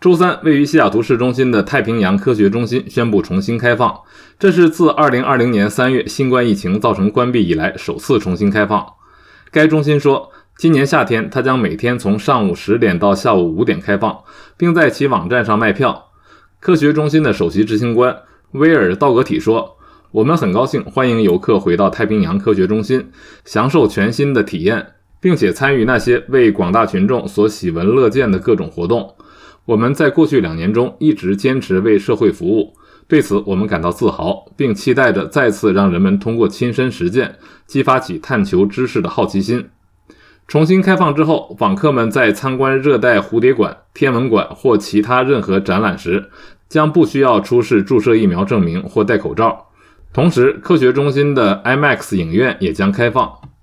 周三，位于西雅图市中心的太平洋科学中心宣布重新开放，这是自2020年3月新冠疫情造成关闭以来首次重新开放。该中心说，今年夏天它将每天从上午10点到下午5点开放，并在其网站上卖票。科学中心的首席执行官威尔·道格体说，我们很高兴欢迎游客回到太平洋科学中心，享受全新的体验，并且参与那些为广大群众所喜闻乐见的各种活动。我们在过去2年中一直坚持为社会服务，对此我们感到自豪，并期待着再次让人们通过亲身实践激发起探求知识的好奇心。重新开放之后，访客们在参观热带蝴蝶馆、天文馆或其他任何展览时，将不需要出示注射疫苗证明或戴口罩。同时，科学中心的 IMAX 影院也将开放。